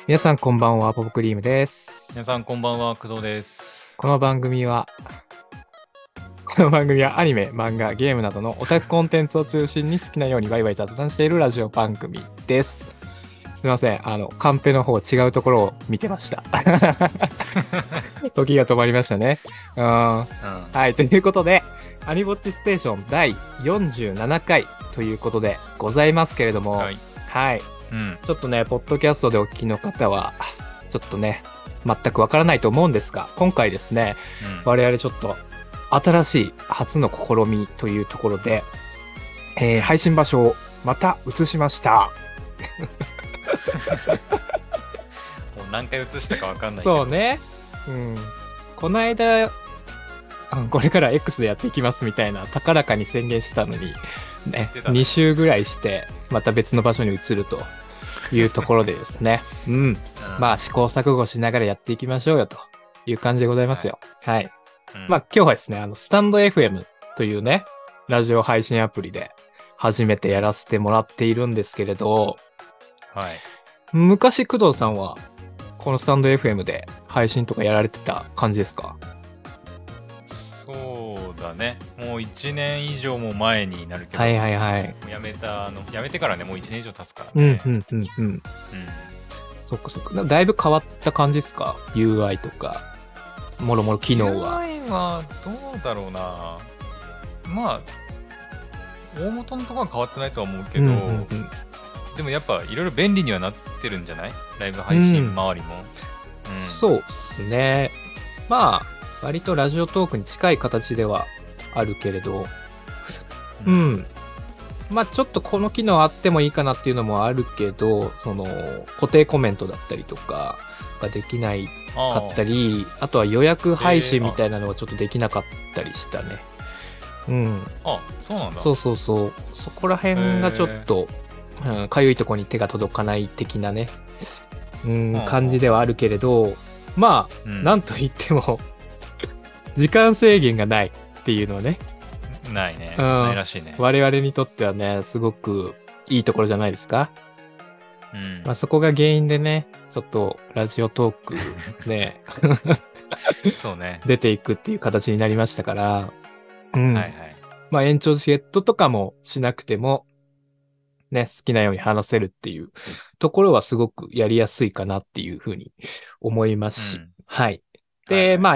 皆さんこんばんは、ポポクリームです。 皆さんこんばんは、工藤です。 この番組は、この番組はアニメ、漫画、ゲームなどのオタクコンテンツを中心に好きなようにワイワイ雑談しているラジオ番組です。すいません、カンペの方違うところを見てました。時が止まりましたね。はうん。 い、ということで、アニボッチステーション第47回ということでございますけれども、 はい。 はい、 うん。 ちょっとね、ポッドキャストでお聞きの方は、ちょっとね、全くわからないと思うんですが、今回ですね、 うん。 我々ちょっと新しい初の試みというところで、 うん。 配信場所をまた移しました。 もう何回映したかわかんないけど。 そうね。うん。この間、これから X でやっていきますみたいな高らかに宣言してたのに、ね、2 言ってたね。 週ぐらいして、また別の場所に移るというところでですね。うん。 うん。はまあ試行錯誤しながらやっていきましょうよという感じでございますい。 よ。はい。 うん。 まあ今日はですね、スタンド FM というね、ラジオ配信アプリで初めてやらせてもらっているんですけれど、 はい。 昔工藤さんはこのスタンド FM で配信とかやられてた感じですか？ そうだね。もう1年以上も前になるけど、 はいはいはい。 辞めてからね、もう1年以上経つからうん、 ね。 うん、うん、うん。 うん。 そっかそっか。だいぶ変わった感じですか？ UI とか、もろもろ機能は。 UI はどうだろうな。まあ、大元のところは変わってないとは思うけど、 うん、うん、 でもやっぱいろいろ便利にはなってるんじゃない？ライブうん。 配信うん。 周りも。うん。 そうっすね。まあ、割とラジオトークに近い形ではあるけれど、 うん。 うん。まあちょっとこの機能あってもいいかなっていうのもあるけど、固定コメントだったりとかができないかっああ。 たり、あとは予約配信みあ、 たいなのがちょっとできなかったりしたね。うん。 あ、そうなんだ。 そうそうそう。そこら辺がちょっえと、かゆいとこに手が届かない的なね、 はあ感じではあはあはるけれど、まうあ、なん。 んと言っても時間制限がないっていうのはね、 ないね。ないうん。 らしいね。 我々にとってはね、すごくいいところじゃないですか。 うん。 まあそこが原因でね、ちょっとラジオトークね、 そうね。 出ていくっていう形になりましたから、うん。 はいはい。 まあ延長チケットとかもしなくても、ね、好きなように話せるっていうところはすごくやりやすいかなっていうふうに思いますし。 うん。 はい。で、まあ、 はいはい。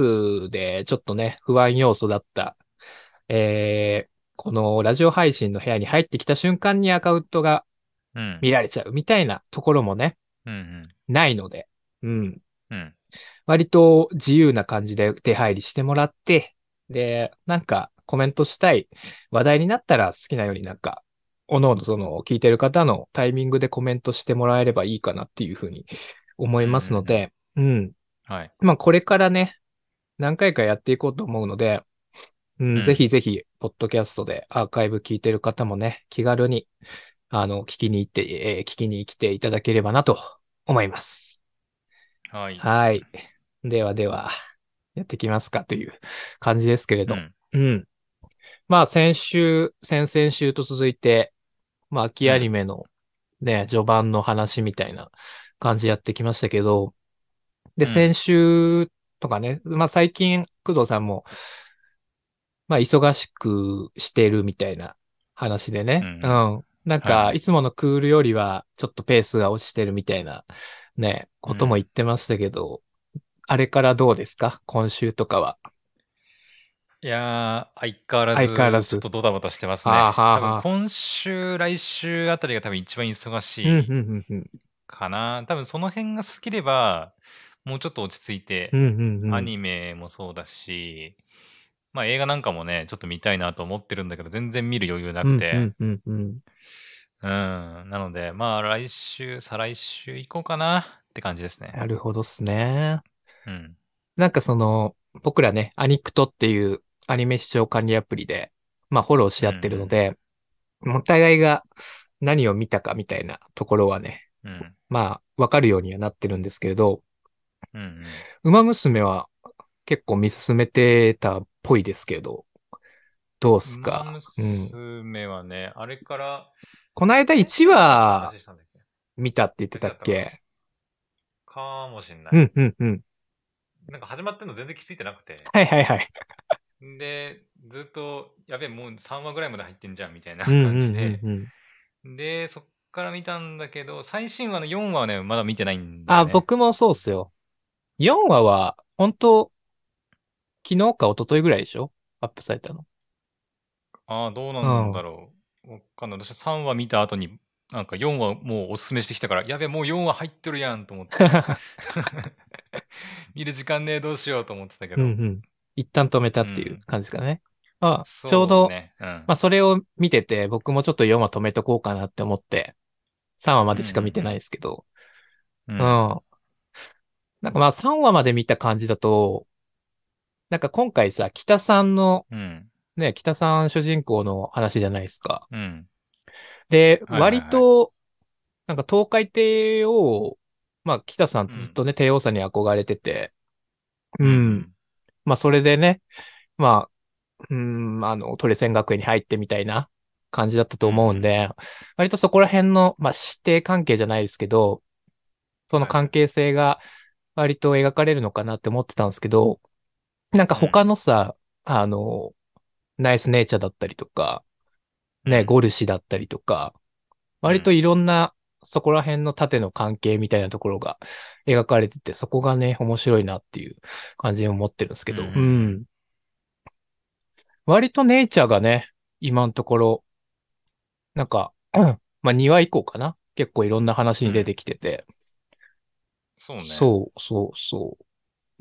X でちょっとね、不安要素だった、このラジオ配信の部屋に入ってきた瞬間にアカウントがうん。 見られちゃうみたいなところもね、 うん。 ないので、うん。 うん。 割と自由な感じで手入りしてもらって、で、なんかコメントしたい話題になったら好きなようになんか、おのおのその聞いてる方のタイミングでコメントしてもらえればいいかなっていうふうに思いうん。うん。 ますのうん。 で、うん。 はい。 まあこれからね、何回かやっていこうと思うので、うん、ぜうん。 ひぜひ、ポッドキャストでアーカイブ聞いてる方もね、気軽に、聞きに行って、聞きに来ていただければなと思います。 はい。 はい。ではでは、やっていきますかという感じですけれど。 うん。 うん。まあ先週、先々週と続いて、まあ秋アニうん。 メのね、序盤の話みたいな感じやってきましたけど、で、先うん。 週とかね、まあ最近、工藤さんも、まあ忙しくしてるみたいな話でね、ううん。 ん。なんか、 はいはい。 いつものクールよりは、ちょっとペースが落ちてるみたいな、ね、ことも言っうん。 てましたけど、あれからどうですか今週とかは？ いやー、相変わら相変わらず、ちょっず。 とドタバタしてますはあね。多分はあはあ。 今週、来週あたりが多分一番忙しうん、うん、 いうん、うん。 かな。多分その辺が好きれば、もうちょっと落ち着いて、 うん、うん、うん。 アニメもそうだし、まあ映画なんかもね、ちょっと見たいなと思ってるんだけど、全然見る余裕なうん、うくて。 ん、うん、うん。 うん。なので、まあ来週、再来週行こうかなって感じですね。 なるほどっすね。 うん。 なんか僕らね、アニクトっていうアニメ視聴管理アプリで、まあフォローうんうし合ってるのん。 で、お互いが何を見たかみたいなところはね、 うん。 まあわかるようにはなってるんですけれど、 うんうん。 馬娘は結構見進めてたっぽいですけど、どうっす馬か？うん。 娘はね、あれから、 この間1 最初はいつだって話話したんだっけ？ 見たって言ってあいつだったかな？ たっけ？ かもしんない。 うんうんうん。 なんか始まってんの全然気づいてなくて。 はいはいはい。 で、ずっと、やべえ、もう3話ぐらいまで入ってんじゃん、みたいなうん感うんうんじで。 うん。 で、そっから見たんだけど、最新話の4話はね、まだ見てないんだよあ、 ね。 僕もそうっすよ。4話は、本当昨日か一昨日ぐらいでしょ？アップされたの。 ああ、どうなんだうん。 ろう。わかんない。私3話見た後に、なんか4話もうおすすめしてきたから、やべえ、もう4話入ってるやんと思って。見る時間ねえ、どうしようと思ってたけど。 うんうん。一旦止めたっていううん。 感じですかね。まあ、ちょうど、 そうね。うん。 まあ、それを見てて、僕もちょっと4話止めとこうかなって思って、3話まうんうでしか見てないんですけど、 うん。うん。 うん。なんかまあ3話まで見た感じだと、なんか今回さ、北さんの、 うん。 ね、北さん主人公の話じゃないですか。 うん。 で、 はいはいはい。 割と、なんか東海帝王、まあ北さんっうん。 てずっとね、帝王さんに憧れてて、ううんうん。 ん。 まあそれでね、まあ、トレセン学園に入ってみたいな感じだったとうんうんう思うんで、 ん。 割とそこら辺の、まあ師弟関係じゃないですけど、そのはいはい。 関係性が割と描かれるのかなって思ってたんですけど、なんかうん。 他のさ、あの、ナイスネイチャーだったりとか、ね、 うん。 ゴルシだったりとか、割とうん。 いろんなそこら辺の縦の関係みたいなところが描かれてて、そこがね、面白いなっていう感じに思ってるんですけうんうんうど、うん。 ん。割とネイチャーがね、今のところ、なんか、まあ2話以降かな。結構いろんな話うん。 に出てきてて、 そうね。 そうそうそう。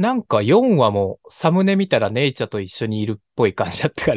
なんか4話もサムネ見たらネイチャーと一緒にいるっぽい感じだったから、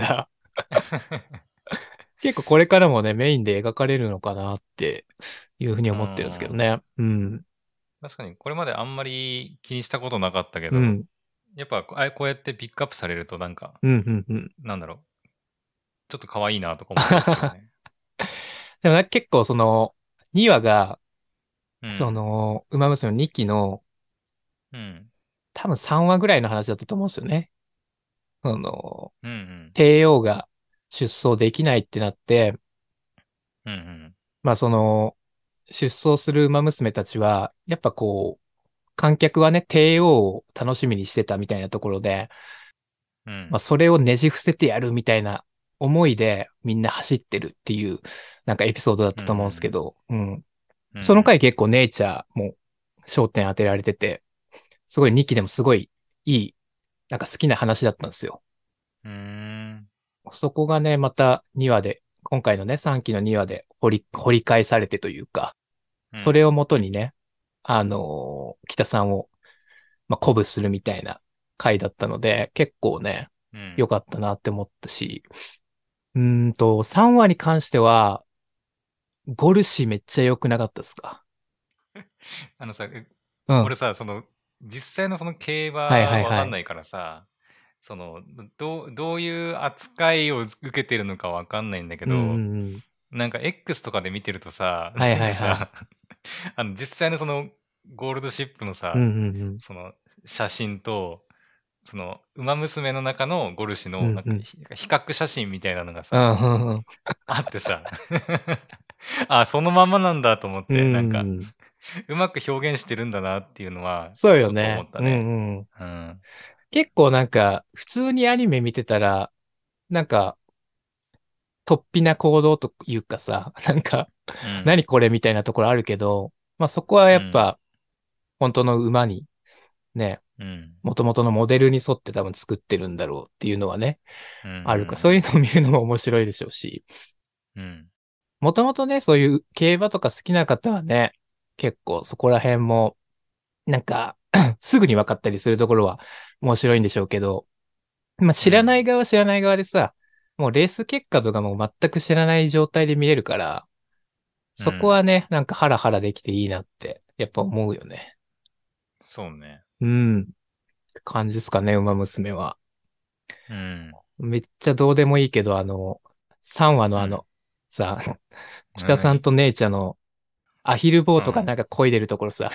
結構これからもね、メインで描かれるのかなっていうふうにう思ってるんですけどん。 ね。うん。 確かに、これまであんまり気にしたことなかったけど、 うん。 やっぱ、こうやってピックアップされると、なんか、 うん、うん、うん。 なんだろう。ちょっと可愛いなとか思ったりするよね。 でもね、結構その、2話が、そうん。 の、馬娘の2期のうん。 多分3話ぐらいの話だったと思うんですよね。その、 うんうん。 帝王が出走できないってなって、 うんうん。 まあその、出走する馬娘たちは、やっぱこう、観客はね、帝王を楽しみにしてたみたいなところで、まあうん。 それをねじ伏せてやるみたいな思いでみんな走ってるっていう、なんかエピソードだっうんうたと思うんですけん。 ど、うん。その回うん結構ネイチャーも焦点当てられてて、すごい2期でもすごいいい、なんか好きな話だったんですよ。 うん。うーん。 そこがね、また2話で、今回のね、3期の2話で掘り返されてというか、 うん。 それをもとにね、北さんを、まあ、鼓舞するみたいな回だったので、結構ね、 うん。 良かったなって思ったし、3話に関しては、ゴルシめっちゃ良くなかったですか？ あのさ、 うん。 俺さ、実際のその競馬はいはいはい。 わかんないからさ、どういう扱いを受けてるのかわかんないんだけうんうど、 んうん。 なんか X とかで見てるとさ、 はいなんはいはい。 かさ、実際のそのゴールドシップのうんさ、 うんうん。 その写真と、その、馬娘の中のゴルシの、 うんうん。 比較写真みたいなのがさ、 うんうんうん。 あってさ、あ、そのままなんだと思っうて、なんか、 ん。 うまく表現してるんだなっていうのは、 そうよちょっと思ね。うったね。 んうん。 うん。 結構なんか、普通にアニメ見てたら、なんか、突飛な行動というかさ、なんか、 うん。 何これみたいなところあるけど、まあそこはうん。 やっぱ、本当の馬に、ね、 うん。 元々のモデルに沿って多分作ってるんだろうっていうのはね、 うん。うん。うあるから、そういうん。 のを見るのも面白いでしょうし、 うん。 もともとね、そういう競馬とか好きな方はね、結構そこら辺も、なんかすぐに分かったりするところは面白いんでしょうけど、まあ知らないうん。 側は知らない側でさ、もうレース結果とかも全く知らない状態で見れるから、そこうん。 はね、なんかハラハラできていいなって、やっぱ思うよね。 そうね。 うん。って感じですかね、馬娘は。 うん。 めっちゃどうでもいいけど、3話のうん。 さ、北さん何？ と姉ちゃんのアヒルボートがうん。 なんか漕いでるところさ、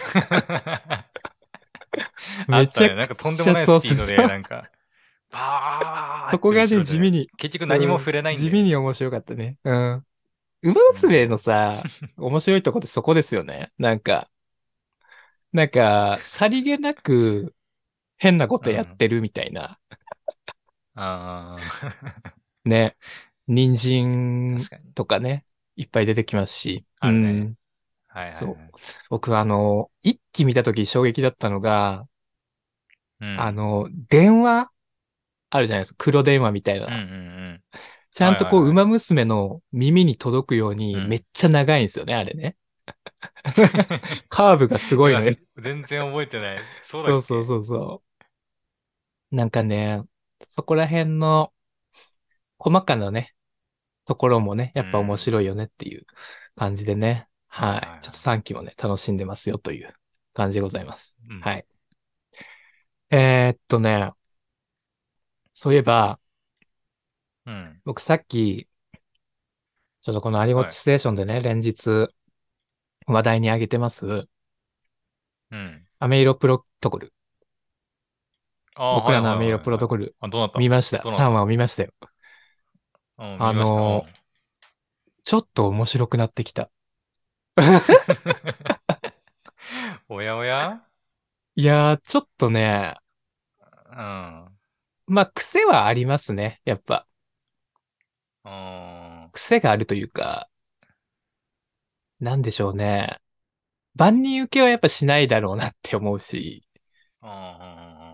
あったね。 めちゃくなんかとんでもないちゃそうスピードで、 そうそう。 なんか、バーってそこがね、 後ろで、 地味に、 結局うん、 何も触れないん地だよね。 味に面白かったね。うん。馬うん。 娘のさ、面白いとこってそこですよね。なんか、 なんか、さりげなく変なことやっうん。 てるみたいな。 ああ。 ね。人参確かに。 とかね、いっぱい出てきますし。うあるね。 ん。 はいはいはそう。 い。 僕は一期見たとき衝撃だったのが、 うん。 電話あるじゃないですか。黒電話みたいうんうんうな。 ん。 ちゃんとこう、 はいはいはい。 馬娘の耳に届くようにめっうん。 ちゃ長いんですよね、あれね。カーブがすごい今、 のよ。 全然覚えてない。そうだそうそうっけ？ そうそう。なんかね、そこら辺の細かなね、ところもね、やっぱ面うん。 白いよねっていう感じでね。 はいはいはい。ちょっとは 3期もね、楽しんでますよという感じでございます。 い。うん。 はい。ね、そういえば、 うん。 僕さっき、ちょっとこのアニゴッはい。 チステーションでね、連日話題に上げてます、 うん。 アメイロプロトコル。 ああ、 僕はいはいらのアメイロはいはい。 プロトコル、 あ、どうなった？ 見ました。3 どうなった？ 話を見ましたよ。 うん、 あ見ました。うん。 のちょっと面白くなってきた。 おやおや？ いやー、ちょっとね、 うん。 まあ、癖はありますね。やっぱ、 うん。うん。 癖があるというか、なんでしょうね。万人受けはやっぱしないだろうなって思うし、 うん。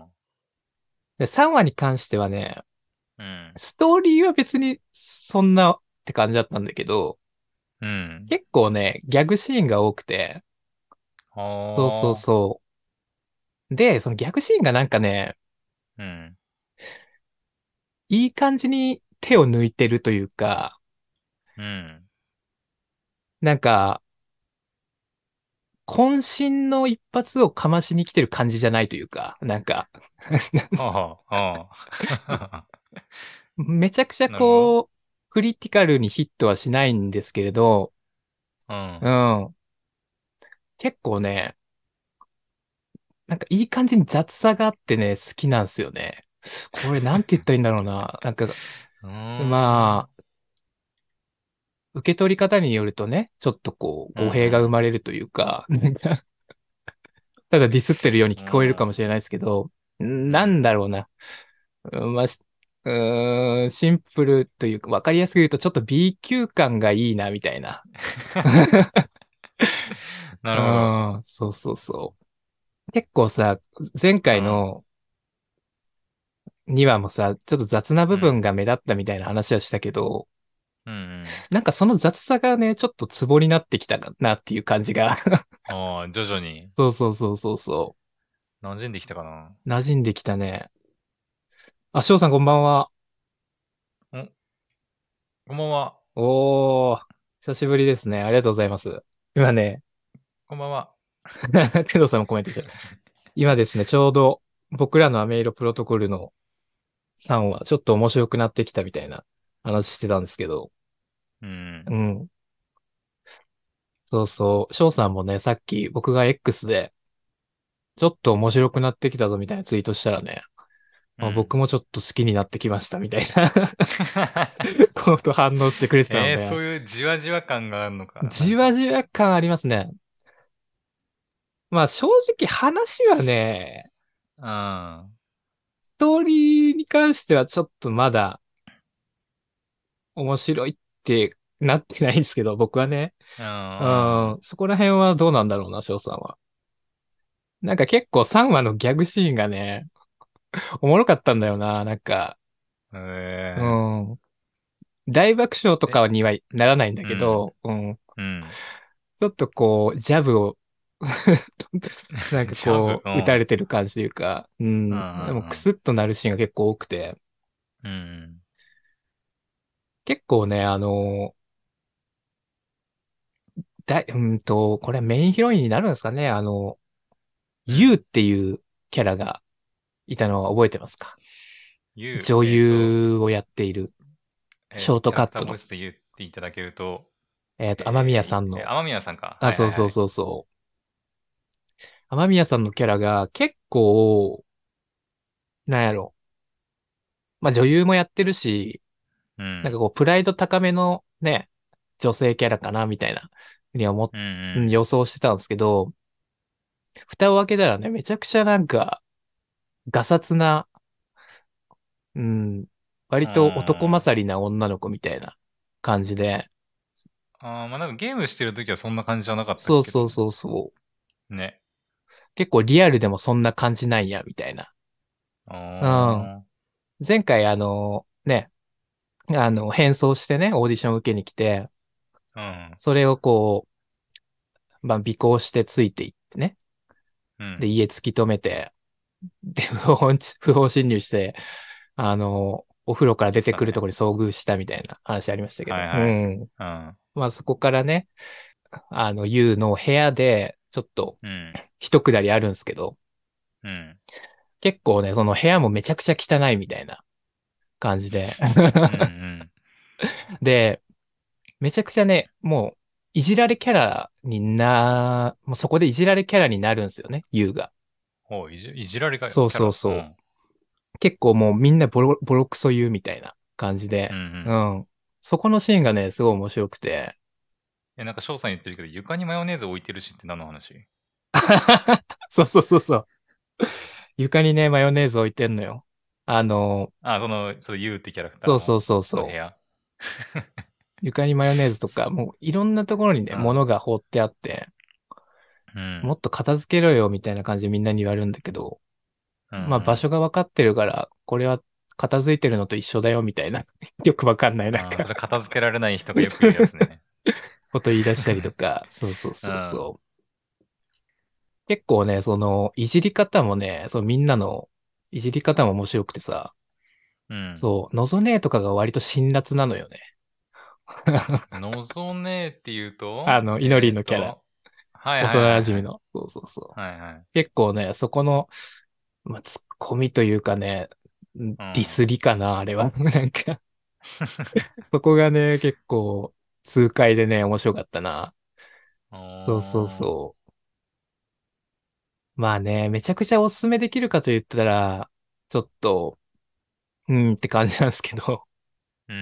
で3話に関してはね、 うん。 ストーリーは別にそんなって感じだったんだけど、 うん。 結構ね、ギャグシーンが多くて、そうそうはそう。で、そのギャグシーンがなんかね、 あ。うん。 いい感じに手を抜いてるというか、 うん。 なんか、渾身の一発をかましに来てる感じじゃないというか、なんか、 はあ、はあ。 めちゃくちゃなるほど。 こう、クリティカルにヒットはしないんですけれど、 うん。 うん。結構ね、なんかいい感じに雑さがあってね、好きなんですよね。これなんて言ったらいいんだろうな。なんか、 うーん。 まあ、受け取り方によるとね、ちょっとこう、 うんう語弊が生ん。 まれるというか、なんかただディスってるように聞こえるかもしれないですけど、なんうん。 だろうな。まあ、シンプルというか、わかりやすく言うと、ちょっと B 級感がいいな、みたいな。 なうるほど。 ん、そうそうそう。結構さ、前うん。 回の2話もさ、ちょっと雑な部分うん。 が目立ったみたいな話はしたけど、 うんうん。 なんかその雑さがね、ちょっとツボになってきたかなっていう感じが。 ああ、徐々にそうそうそうそうそ馴染んできたかな。 う。馴染んできたね。あ、翔さんこんばんは。 ん、こんばんは。 おー、久しぶりですね。ありがとうございます。今ね、 こんばんは。 工藤さんもコメントして。今ですね、ちょうど僕らのアメイロプロトコルの3話、ちょっと面白くなってきたみたいな話してたんですけど、 うん。 うん。そうそう。翔さんもね、さっき僕が X で、ちょっと面白くなってきたぞみたいなツイートしたらね、 うん。 僕もちょっと好きになってきましたみたいなこと反応してくれてたので、 そういうじわじわ感があるのか。なんか。 じわじわ感ありますね。まあ正直話はね、 うん。 ストーリーに関してはちょっとまだ面白いってなってないんですけど、僕はね。 うんううん。 ん、そこら辺はどうなんだろうな、翔さんは。なんか結構3話のギャグシーンがね、おもろかったんだよな、なんか。うえん。大爆笑とー、え、 かにはならないんだうん。 けど、うん。 うん。 ちょっとこう、ジャブをなんかジャブ、 こう、打たうん。 れてる感じというか、ううんうん。でもクんスッとなるシーンが結構多くて、 うん。うん。 結構ね、これメインヒロインになるんですかね。ユウうん。 っていうキャラがいたのは覚えてますか？ You、 女優をやっている、ショートキャラクタカットの、 ーボイスで言っていただけると、 雨宮さんの、 雨宮さんか。 あ、 はいはいはい。 そうそうそうそう。雨宮さんのキャラが結構、なんやろ。まあ女優もやってるし、 うん。 なんかこう、プライド高めのね、女性キャラかな、みたいな、ふうにうん予想してたんですけど、 蓋を開けたらね、めちゃくちゃなんか、ガサツな、うん、 うー割と男ん。 勝りな女の子みたいな感じで、 まあなんかゲームしてるときはそんな感じじゃなかったけど。 そうそうそうそう。 ね。 結構リアルでもそんな感じなんや、みたいな。 あうん。前回ね、変装してね、オーディション受けに来て、 うん。 それをこう、まあ、尾行してついていってね。で、 うん。 家突き止めて、で、不法侵入して、お風呂から出てくると言ってたね。 ころに遭遇したみたいな話ありましたけど。うはいはい。 ん。 うん。 まあ、そこからね、U の部屋で、ちょっと、 うん。 一くだりあるんですけど、 うん。 結構ね、その部屋もめちゃくちゃ汚いみたいな感じで。 うん。うん。 で、めちゃくちゃね、もう、いじられキャラにもうそこでいじられキャラになるんですよね、ユウが。 いじられがそうキャラ。うそうそう。 ん。 結構もうみんなボロクソ言うみたいな感じで。 うんうん。 うん。そこのシーンがね、すごい面白くて。 なんか翔さん言ってるけど、床にマヨネーズ置いてるしって何の話？ そうそうそうそう。床にね、マヨネーズ置いてんのよ。あの、 そう、ユウってキャラクターの、 そうそうそうそう。 の部屋。 床にマヨネーズとか、もういろんなところにね、 うん。 物が放ってあって、 うん。 もっと片付けろよみたいな感じでみんなに言われるんだけど、 うんうまあ場ん。 所が分かってるから、これは片付いてるのと一緒だよみたいな、よくわかんないなんかそれ片付けられない人がよく言うやつね。 こと言い出したりとか、そうそううん。 そうそう。結構ね、その、いじり方もね、そうみんなのいじり方も面白くてさ、 うん。 そう、のぞねえとかが割と辛辣なのよね。 のぞねえって言うと、 イノリのキャラ、 はいはい幼はいはい。 馴染の。そうそうそう。 はいはい。 結構ね、そこの、まあ、ツッコミというかね、デうん。 ィスりかな、あれは。なんか、そこがね、結構、痛快でね、面白かったな。 おそうそうー。 そう。まあね、めちゃくちゃおすすめできるかと言ったら、ちょっと、って感じなんですけど、 うん。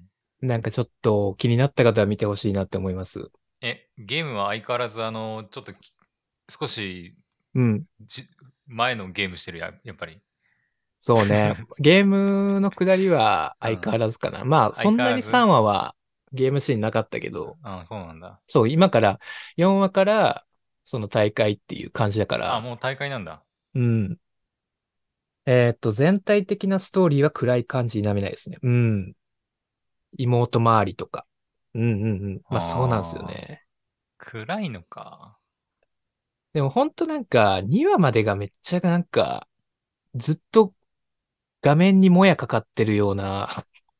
なんかちょっと気になった方は見てほしいなって思います。 ゲームは相変わらずちょっと少しうん。 じ前のゲームしてるやっぱり。 そうね。ゲームの下りは相変うん。 わらずかな。まあ、そ相んなに変わらず。 3話はゲームシーンなかったけど、 そうなんだ。 そう、今から4話からその大会っていう感じだかあ、 ら、 もう大会なんだ。 うん。全体的なストーリーは暗い感じになめないですね。うん。妹周りとか。うんうんうん。まあそうなんですよああ、 ね。 暗いのか。 でもほんとなんか2話までがめっちゃなんかずっと画面にもやかかってるような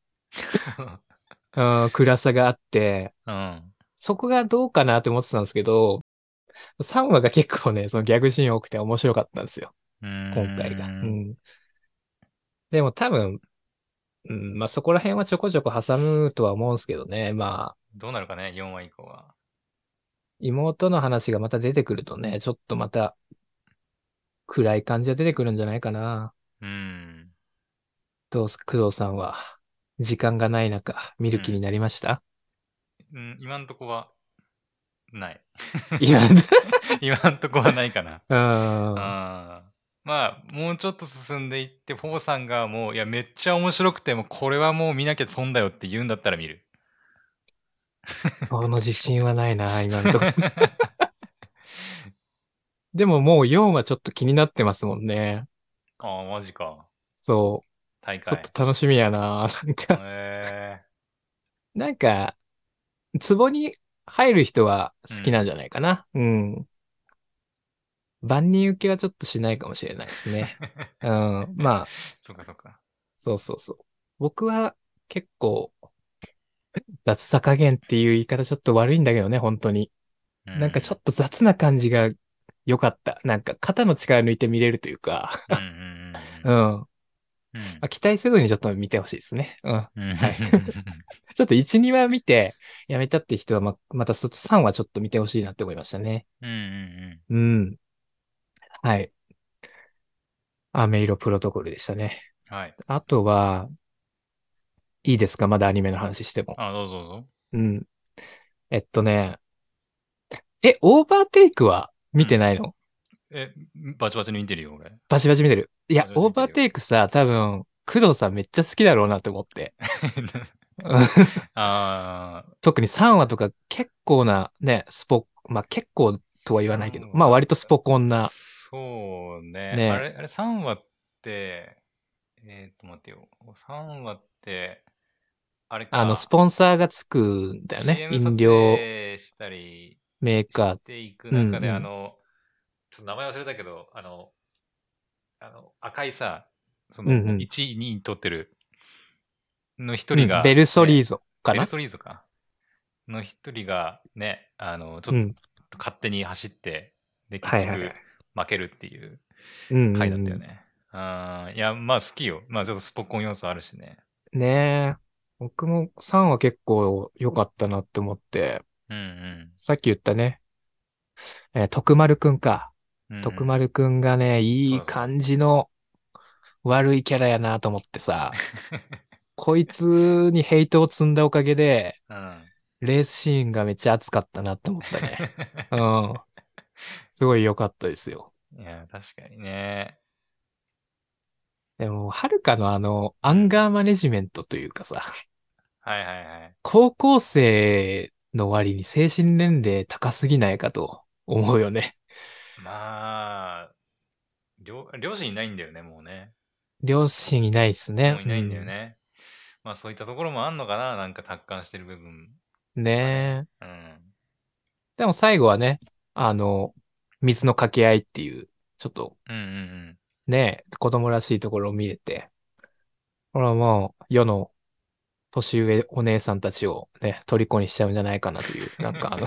暗さがあって、 うん。 そこがどうかなって思ってたんですけど、3話が結構ね、そのギャグシーン多くて面白かったんですよ。 うー今回が。うん。 ん。でも多分、うん、まあそこら辺はちょこちょこ挟むとは思うんですけどね。まあ、 どうなるかね、4話以降は。 妹の話がまた出てくるとね、ちょっとまた暗い感じが出てくるんじゃないかな。 うーん。 どうす、工藤さんは、時間がない中、見うん。 る気になりました？ うん、今んとこはない。 いや、 今んとこはないかな。 うん。 あーまあ、もうちょっと進んでいって、フォーさんがもう、いや、めっちゃ面白くて、もうこれはもう見なきゃ損だよって言うんだったら見る。 この自信はないな、今んとこ。でももう4はちょっと気になってますもんね。 ああ、マジか。 そう。ちょっ大会。 と楽しみやな。 えなんか、ツボに入る人はうん。 好きなんじゃないかな。うん。万人受けはちょっとしないかもしれないですね。うん。まあ、 そっかそっか。 そうそうそう。僕は結構、雑さ加減っていう言い方ちょっと悪いんだけどね、本当に。 うん。 なんかちょっと雑な感じが良かった。なんか肩の力抜いて見れるというか、 うんうんうん。まうんうん。 あ、期待せずにちょっと見てほしいですね。うん。 うん。うん。 はい。ちょっと1、2話見てやめたって人はまたそっち3話ちょっと見てほしいなって思いましたね。 うんうんうん。はい。アメイロプロトコルでしたね。 うん。はい。 あとは、いいですか？まだアニメの話しても。 あ、どうぞどうぞ。 うん。ね、オーバーテイクは見てうん。 ないの？ バチバチに見てるよ、俺。 バチバチ見てる。いや、 バチバチオーバー見てるよ。 テイクさ、多分、工藤さんめっちゃ好きだろうなって思って。 あ特に3話とか結構なね、まあ結構とは言わないけど、 3 まあ話、 割とスポコンな、 そうね。あね、 れ、3話って、待ってよ。3話って、あれスか、 ポンサーがつくんだよね。 CM 飲撮料影したりしメーカー。 ていくうん中で、 うん。 ちょっと名前忘れたけど、赤いさ、もううんうん。 1位、2位取ってるの一うん。ベ人が、 ルソリーね、 ゾかな。 ベルソリーゾか。の一人がね、ちょっとうん。 勝手に走って、で、結局はいはいはい。 負けるっていううんうん回だっうん。 たよね。いや、まあ好きよ。まあちょっとスポコン要素あるしね。 ねえ。僕も3は結構良かったなって思って、 うんうん。 さっき言ったね、徳丸くんか。 うんうん。 徳丸くんがね、いそうだそうだ。 い感じの悪いキャラやなと思ってさ、こいつにヘイトを積んだおかげで、 うん。 レースシーンがめっちゃ熱かったなって思ったね。うん。すごい良かったですよ。 いや、確かにね。 でも、はるかのアンうん。 ガーマネジメントというかさ、 はいはいはい。 高校生の割に精神年齢高すぎないかと思うよね。 まあ、両親いないんだよね、もうね。 両親いないっすね。 もういないんだようん。 ね。まあそういったところもあんのかな、なんか達観してる部分ねはね。 え。 うん。 でも最後はね、あの、水の掛け合いっていう、ちょっとうんうんね、子供らしいところを見れて、これはもう世の年上お姉さんたちをね、虜にしちゃうんじゃないかなという、なんか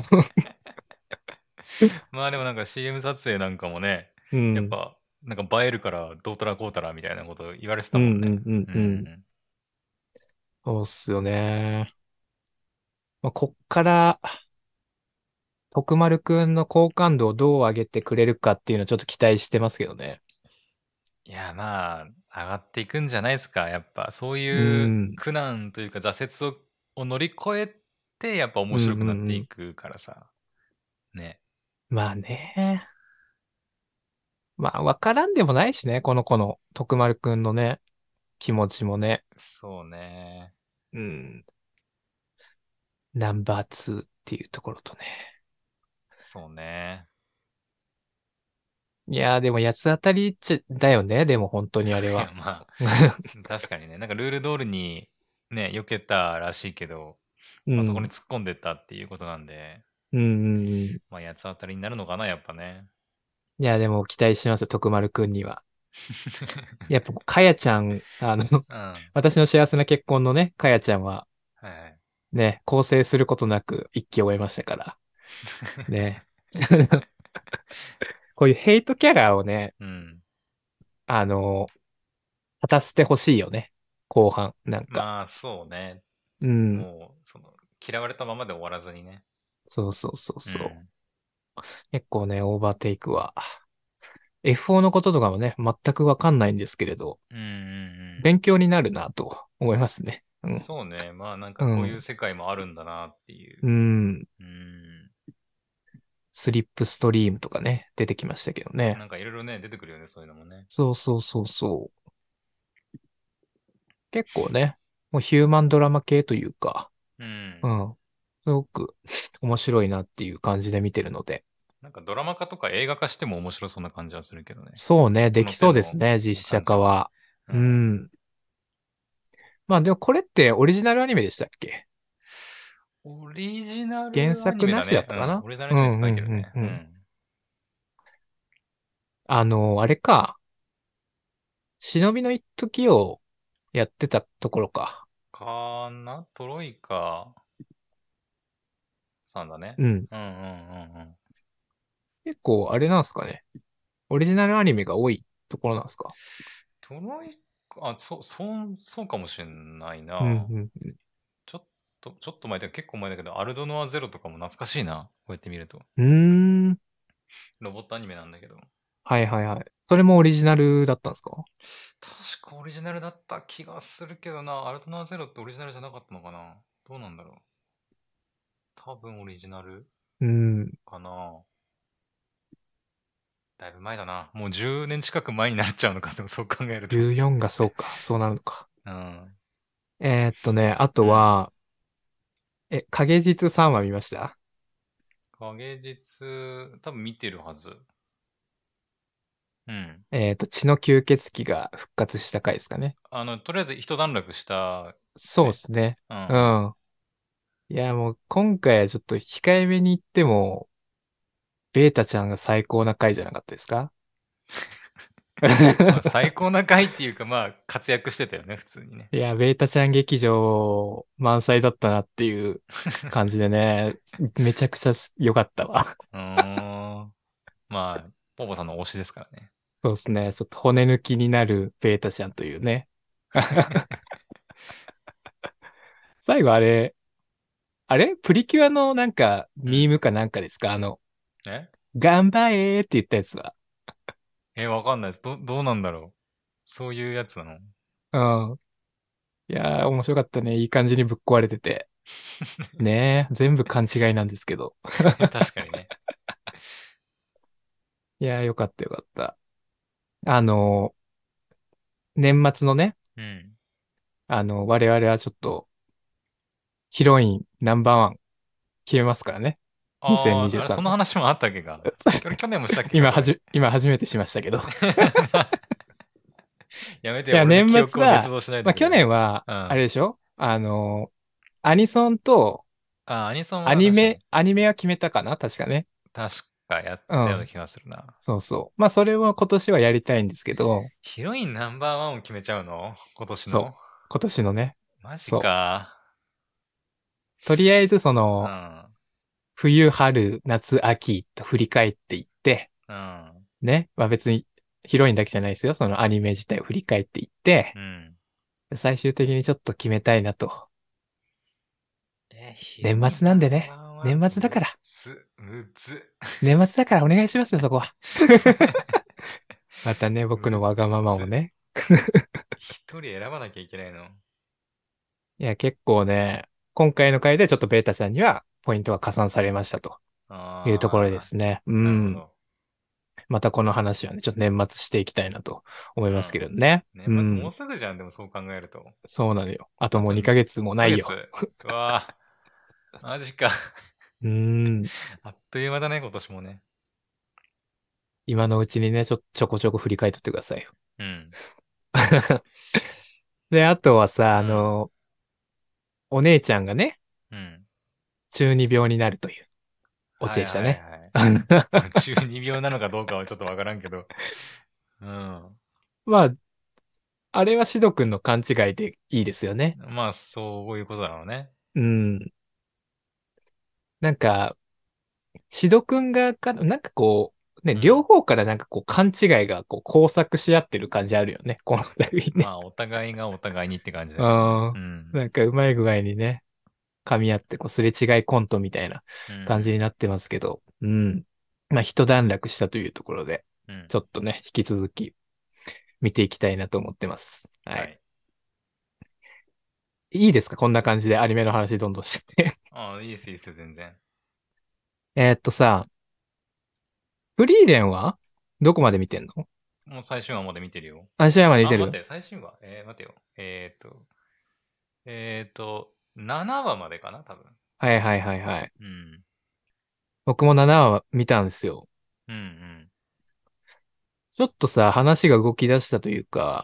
まあでもなんか CM 撮影なんかもね、 うん、 やっぱ、なんか映えるからどうたらこうたらみたいなこと言われてうん、 たもんね。 うん、うん、 ううん。 ん。 そうっすよね。まあ、こっから、徳丸くんの好感度をどう上げてくれるかっていうのをちょっと期待してますけどね。 いや、まあ、上がっていくんじゃないですか。やっぱ、そうういうん、 苦難というか挫折を乗り越えて、やっぱ面うん、うん、 白くなってうん。 いくからさ。ね。 まあね。まあ、わからんでもないしね、この子の徳丸くんのね、気持ちもね。 そうね。 うん。ナンバー2っていうところとね。 そうね。 いやー、でも八つ当たりだよね、でも本当にあれいや、 は。 まあ、確かにね。なんかルール通りにね、避けたらしいけど、まあそこにうん。 突っ込んでったっていうことなんで、 うん、うん、うん。 まあ八つ当たりになるのかな、やっぱね。 いや、でも期待してますよ、徳丸くんには。やっぱ、かやちゃん、 うん。は私の幸せな結婚のね、かやちゃんは、 いはい。 ね、構成することなく一期を終えましたから。ね。こういうヘイトキャラをね、 うん。 あの、果たしてほしいよね。後半、なんか。 まあそうね。 うん。 もう、嫌われたままで終わらずにね。 そうそうそうそう。 うん。 結構ね、オーバーテイクは。F4 のこととかもね、全くわかんないんですけれど、 うんうんうん。 勉強になるなと思いますね。うん。 そうね。まあなんかうこういうん。 世界もあるんだなっていう。 うん。 うん。 スリップストリームとかね、出てきましたけどね。 なんかいろいろね、出てくるよね、そういうのもね。 そうそうそうそう。結構ね、もうヒューマンドラマ系というか、 うん。 うん。すごく面白いなっていう感じで見てるので。 なんかドラマ化とか映画化しても面白そうな感じはするけどね。 そうね、 こできそうですの手のね、実写感じは。 化は。 うん。 うん。まあでもこれってオリジナルアニメでしたっけ？ オリジナ原ルアニ作なしだっメだね。うん。 たかな？ オリジナルアニメってうんうん書いてるね。 うんうん。 うん。 あれか。忍びの一時をやってたところか。 かなトロイカさんだね。 うん。 うんうんうんうん。 結構あれなんすかね。オリジナルアニメが多いところなんすか？ トロイカ、そうかもしれないうんな。 うんうん。 ちょっと前だけど、結構前だけど、アルドノアゼロとかも懐かしいな。こうやって見ると。 うーん。 ロボットアニメなんだけど。 はいはいはい。それもオリジナルだったんですか？ 確かオリジナルだった気がするけどな。アルドノアゼロってオリジナルじゃなかったのかな。どうなんだろう。多分オリジナルうん。 かな。 だいぶ前だな。もう10年近く前になっちゃうのか、でもそう考えると。 14がそうか。そうなるのか。 うん。 あうん。 とは、影実さんは見ました？ 影実、多分見てるはず。うん。 血の吸血鬼が復活した回ですかね。 とりあえず一段落したそうでね。 すね。 うんうん。 うん。いや、もう今回はちょっと控えめに言っても、ベータちゃんが最高な回じゃなかったですか？ まあ、最高な回っていうか、まあ、活躍してたよね、普通にね。 いや、ベータちゃん劇場満載だったなっていう感じでね、めちゃくちゃ良かったわ。 うーん。まあ、ポポさんの推しですからね。 そうですね。ちょっと骨抜きになるベータちゃんというね。最後あれプリキュアのなんか、 うん。 ミームかなんかですか？ え頑張れーって言ったやつは。 わかんないです。どうなんだろう。そういうやつなの？ うん。いやー、面白かったね。いい感じにぶっ壊れてて。ねえ、全部勘違いなんですけど。 確かにね。 いやー、よかったよかった。あの、年末のね、 うん。 我々はちょっと、ヒロインナンバーワン決めますからね。 ああ、あれ、そ 2023の。 の話もあったっけか。去年もしたっけか、それ。 今初めてしましたけど。 やめてよ、 いや、 俺の記年末憶を捏は、 造しないまあ、去でくれよ。 年は、 うん。 あれでしょ？アニソンとアニソンは確かに。 アニメは決めたかな確かね。 確かやっうん。 たような気がするな。 そうそう。まあ、それは今年はやりたいんですけど、 ヒロインナンバーワンを決めちゃうの今年そう。 の？ 今年のね。 マジそう。 か。 とりあえず、 うん。 冬、春、夏、秋と振り返っていって、 うん。 ね。まあ別にヒロインだけじゃないですよ。そのアニメ自体を振り返っていって、 うん。 最終的にちょっと決めたいなと。 ヒロ年インナン末なんでね。 バーワン、 年末だから。 むず。 年末だからお願いしますよ、そこは。またね、僕のむわがままをず。 ね。 一人選ばなきゃいけないの？ いや、結構ね、今回の回でちょっとベータちゃんにはポイントが加算されましたというところであすね。うー、なるほん。 ど。 またこの話はね、ちょっと年末していきたいなと思いますけうん。 れどね。う年末もうん。 すぐじゃん、でもそう考えると。 そうなのよ。あともうあと 2ヶ月もないよ。 1ヶ月。うわぁ、マジか。 うーん。 あっという間だね、今年もね。 今のうちにね、ちょこちょこ振り返っとってくださいよ。 うん。 で、あとはさ、 うん。 お姉ちゃんがね、 うん。 中二病になるというオチはいでしたね。 はいはい。中二病なのかどうかはちょっとわからんけど。うん。 まあ、あれはシド君の勘違いでいいですよね。 まあ、そういうことだろうね。 うん。なんか、シド君がなんかこう、ね、 うん。 両方からなんかこう勘違いがこう交錯し合ってる感じあるよね。この度ね。 まあ、お互いがお互いにって感じだけどね。 ああ、 うん。 なんかうまい具合にね、噛み合ってこうすれ違いコントみたいなうんう感じにん。 なってますけど、うん。まあ一段落したというところで、 うん。 ちょっとね、引き続き見ていきたいなと思ってます。はい。 はい。 いいですか？こんな感じでアニメの話どんどんしてて。 ああ、いいですいいですよ、全然。 さ、フリーレンはどこまで見てんの？ もう最終話まで見てるよ。 アシアまで見あ、 てる？ 待って、最終話待てよ。7話までかな、多分。 はいはいはいはい。 うん。 僕も7話見たんですよ。 うんうん。 ちょっとさ、話が動き出したというか、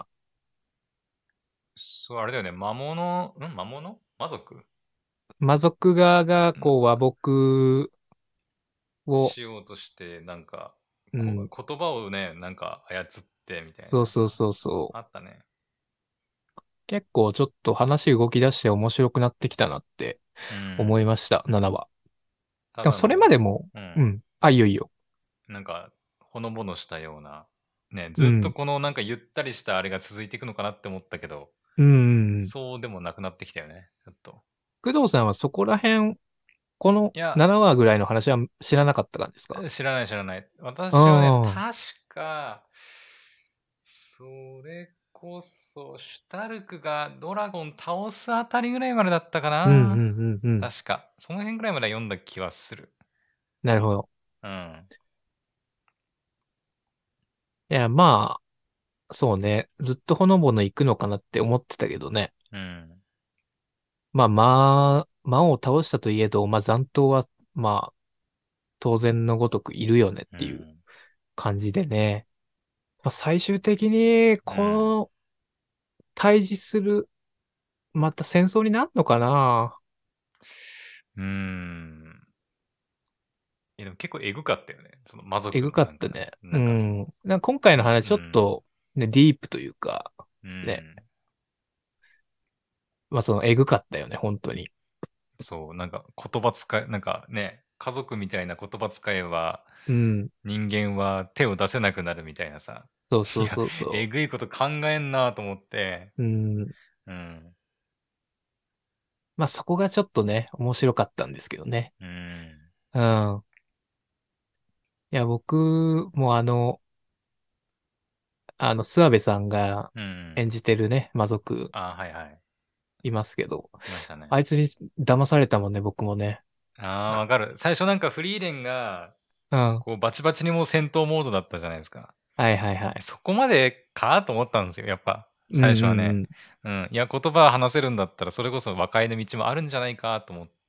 そう、あれだよね。魔物魔族魔族側がんこう和睦を、 しようとして、なんか、 うん、 言葉をね、なんか操ってみたいなさ。 そうそうそうそう。 あったね。 結構ちょっと話動き出して面白くなってきたなってうん。 思いました、7話。でもそれまただの、 でも、 うん。 うん。あ、いいよいいよ。 なんか、ほのぼのしたような、ね、ずっとうん。 このなんかゆったりしたあれが続いていくのかなって思ったけど、 うん。 そうでもなくなってきたよね、ちょっと。 工藤さんはそこら辺、このいや、 7話ぐらいの話は知らなかったんですか？ 知らない知らない。 あ私はね、 あ。 確か、それこそ、シュタルクがドラゴン倒すあたりぐらいまでだったかうんうんな。 うんうん。 確か。その辺ぐらいまでは読んだ気はする。 なるほど。 うん。 いや、まあ、そうね。ずっとほのぼの行くのかなって思ってたけどね。 うん。 魔王を倒したといえど、まあ残党は、まあ、当然のごとくいるよねっていううん。 感じでね。まあ、最終的に、 うん。 この対峙する、また戦争になるのかな。 うーん。でも結構エグかったよね。その魔族えぐかのなんか、 ったね。うなんかその、 ん。なんか今回の話ちょっうん。 と、ね、ディープというか、 うね。 ん。 まあそのえぐかったよね、本当に。 そう、なんか言葉使い、なんかね、家族みたいな言葉使えばうん。 人間は手を出せなくなるみたいなさ。 そうそいや、 うそうそえぐいこと考えんなと思って。 う。うん。 うん。 まあそこがちょっとね、面白かったんですけどね。 うん。 うん。いや、僕も諏訪部さんがうん。 演じてるね、魔族あ、はいはい。 いますけど、 いましたね。 あいつに騙されたもんね、僕もね。 ああ、わかる。最初なんかフリーレンが、 うん。 こうバチバチにもう戦闘モードだったじゃないですか。 はいはいはい。 そこまでかと思ったんですよ、やっぱ。 うん最初はね。 うんうん。いや、言葉話せるんだったら、それこそ和解の道もあるんじゃないかと思って、